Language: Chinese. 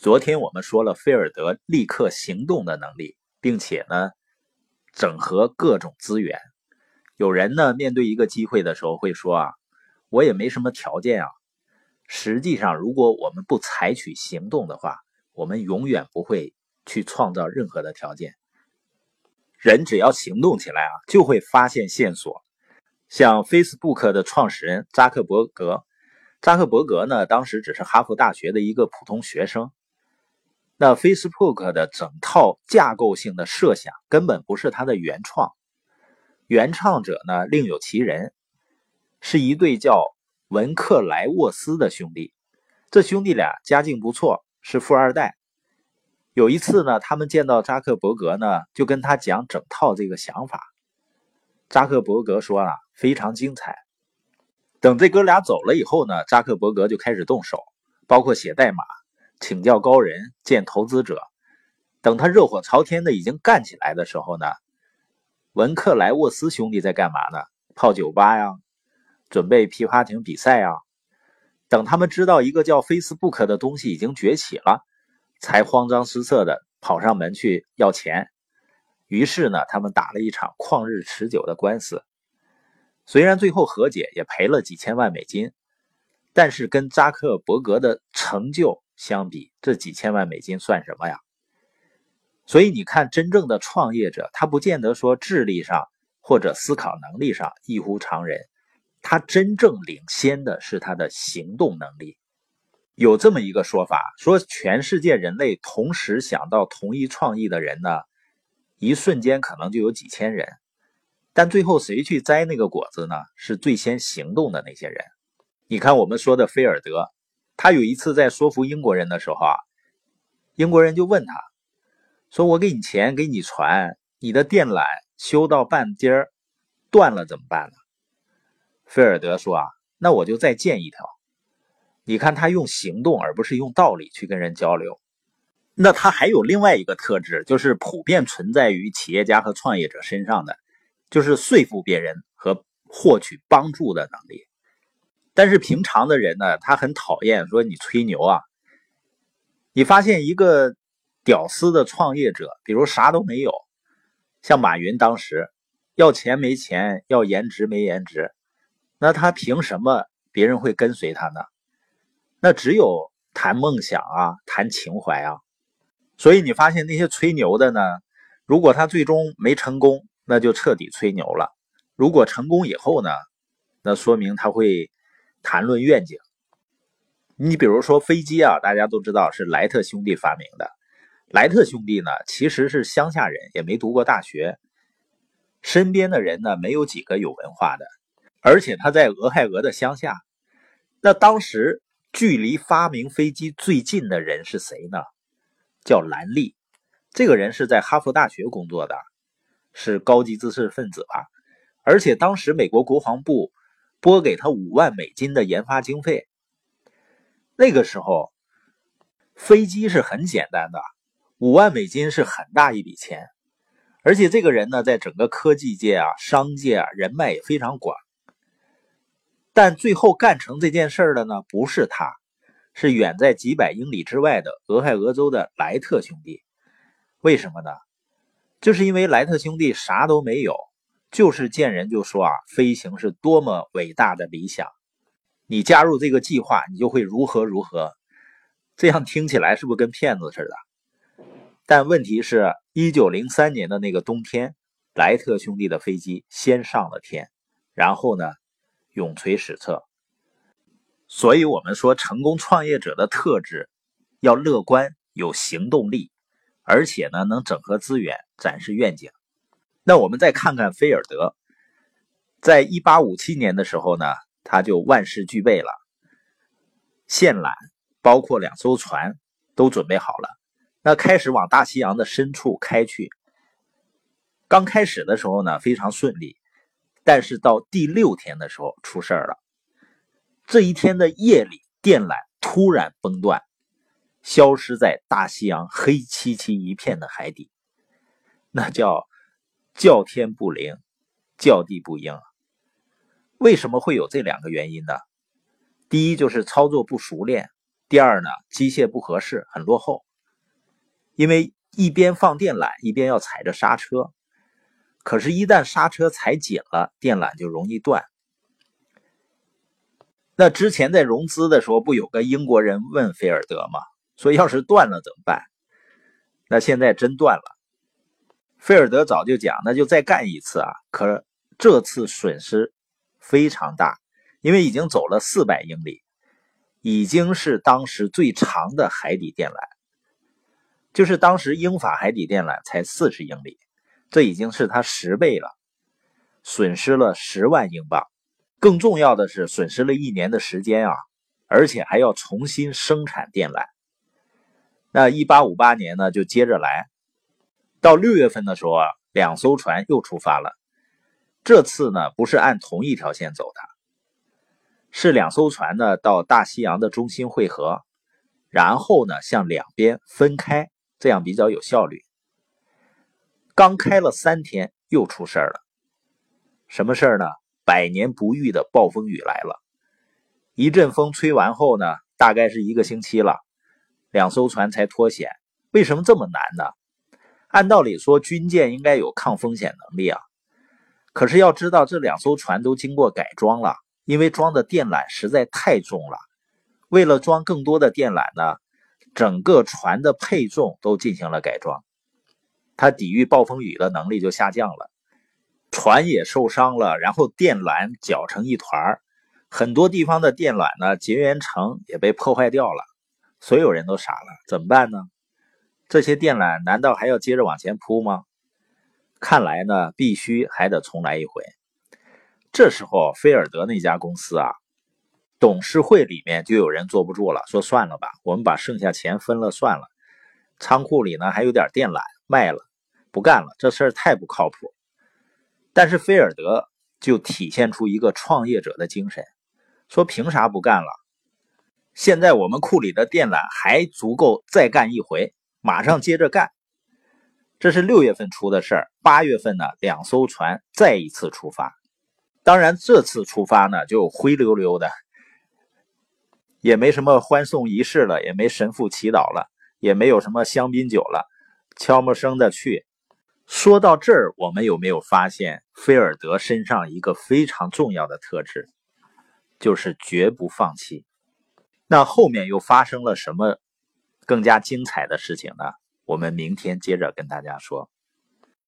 昨天我们说了菲尔德立刻行动的能力，并且呢，整合各种资源。有人呢，面对一个机会的时候会说我也没什么条件实际上，如果我们不采取行动的话，我们永远不会去创造任何的条件。人只要行动起来就会发现线索。像 Facebook 的创始人扎克伯格呢，当时只是哈佛大学的一个普通学生。那 Facebook 的整套架构性的设想根本不是他的原创，原创者呢另有其人，是一对叫文克莱沃斯的兄弟。这兄弟俩家境不错，是富二代。有一次呢，他们见到扎克伯格呢，就跟他讲整套这个想法。扎克伯格说非常精彩。等这哥俩走了以后呢，扎克伯格就开始动手，包括写代码、请教高人、见投资者。等他热火朝天的已经干起来的时候呢，文克莱沃斯兄弟在干嘛呢？泡酒吧准备皮划艇比赛等他们知道一个叫 Facebook 的东西已经崛起了，才慌张失色的跑上门去要钱。于是呢，他们打了一场旷日持久的官司。虽然最后和解，也赔了几千万美金，但是跟扎克伯格的成就相比，这几千万美金算什么呀？所以你看，真正的创业者，他不见得说智力上或者思考能力上异乎常人，他真正领先的是他的行动能力。有这么一个说法，说全世界人类同时想到同一创意的人呢，一瞬间可能就有几千人，但最后谁去摘那个果子呢？是最先行动的那些人。你看我们说的菲尔德，他有一次在说服英国人的时候英国人就问他说，我给你钱，给你船，你的电缆修到半截儿断了怎么办呢？菲尔德说那我就再建一条。你看他用行动而不是用道理去跟人交流。那他还有另外一个特质，就是普遍存在于企业家和创业者身上的，就是说服别人和获取帮助的能力。但是平常的人呢，他很讨厌说你吹牛你发现一个屌丝的创业者，比如啥都没有，像马云当时要钱没钱，要颜值没颜值，那他凭什么别人会跟随他呢？那只有谈梦想谈情怀所以你发现那些吹牛的呢，如果他最终没成功，那就彻底吹牛了。如果成功以后呢，那说明他会谈论愿景。你比如说飞机大家都知道是莱特兄弟发明的。莱特兄弟呢，其实是乡下人，也没读过大学，身边的人呢没有几个有文化的，而且他在俄亥俄的乡下。那当时距离发明飞机最近的人是谁呢？叫兰利。这个人是在哈佛大学工作的，是高级知识分子吧。而且当时美国国防部拨给他5万美金的研发经费。那个时候飞机是很简单的，5万美金是很大一笔钱。而且这个人呢，在整个科技界商界人脉也非常广。但最后干成这件事的呢，不是他，是远在几百英里之外的俄亥俄州的莱特兄弟。为什么呢？就是因为莱特兄弟啥都没有，就是见人就说飞行是多么伟大的理想，你加入这个计划，你就会如何如何。这样听起来是不是跟骗子似的？但问题是1903年的那个冬天，莱特兄弟的飞机先上了天，然后呢永垂史册。所以我们说成功创业者的特质要乐观，有行动力，而且呢能整合资源，展示愿景。那我们再看看菲尔德，在1857年的时候呢，他就万事俱备了，线缆包括2艘船都准备好了，那开始往大西洋的深处开去。刚开始的时候呢非常顺利，但是到第6天的时候出事了。这一天的夜里，电缆突然崩断，消失在大西洋黑漆漆一片的海底。那叫叫天不灵，叫地不应。为什么会有这2个原因呢？第一就是操作不熟练， 第二呢，机械不合适，很落后，因为一边放电缆，一边要踩着刹车，可是一旦刹车踩紧了，电缆就容易断。那之前在融资的时候，不有个英国人问菲尔德吗？说要是断了怎么办？那现在真断了。菲尔德早就讲，那就再干一次啊！可这次损失非常大，因为已经走了400英里，已经是当时最长的海底电缆。就是当时英法海底电缆才40英里，这已经是它10倍了，损失了10万英镑。更重要的是，损失了1年的时间啊，而且还要重新生产电缆。那1858年呢，就接着来。到6月份的时候啊，2艘船又出发了。这次呢，不是按同一条线走的，是2艘船呢到大西洋的中心汇合，然后呢向两边分开，这样比较有效率。刚开了3天，又出事了。什么事儿呢？百年不遇的暴风雨来了。一阵风吹完后呢，大概是1个星期了，2艘船才脱险。为什么这么难呢？按道理说，军舰应该有抗风险能力啊。可是要知道，这2艘船都经过改装了，因为装的电缆实在太重了。为了装更多的电缆呢，整个船的配重都进行了改装，它抵御暴风雨的能力就下降了。船也受伤了，然后电缆搅成一团，很多地方的电缆呢，结缘层也被破坏掉了。所有人都傻了，怎么办呢？这些电缆难道还要接着往前铺吗？看来呢，必须还得重来一回。这时候菲尔德那家公司啊，董事会里面就有人坐不住了，说算了吧，我们把剩下钱分了算了。仓库里呢还有点电缆，卖了，不干了，这事儿太不靠谱。但是菲尔德就体现出一个创业者的精神，说凭啥不干了？现在我们库里的电缆还足够再干一回，马上接着干。这是6月份出的事儿，8月份呢，2艘船再一次出发。当然这次出发呢就灰溜溜的，也没什么欢送仪式了，也没神父祈祷了，也没有什么香槟酒了，悄没声的去。说到这儿，我们有没有发现菲尔德身上一个非常重要的特质，就是绝不放弃。那后面又发生了什么更加精彩的事情呢？我们明天接着跟大家说。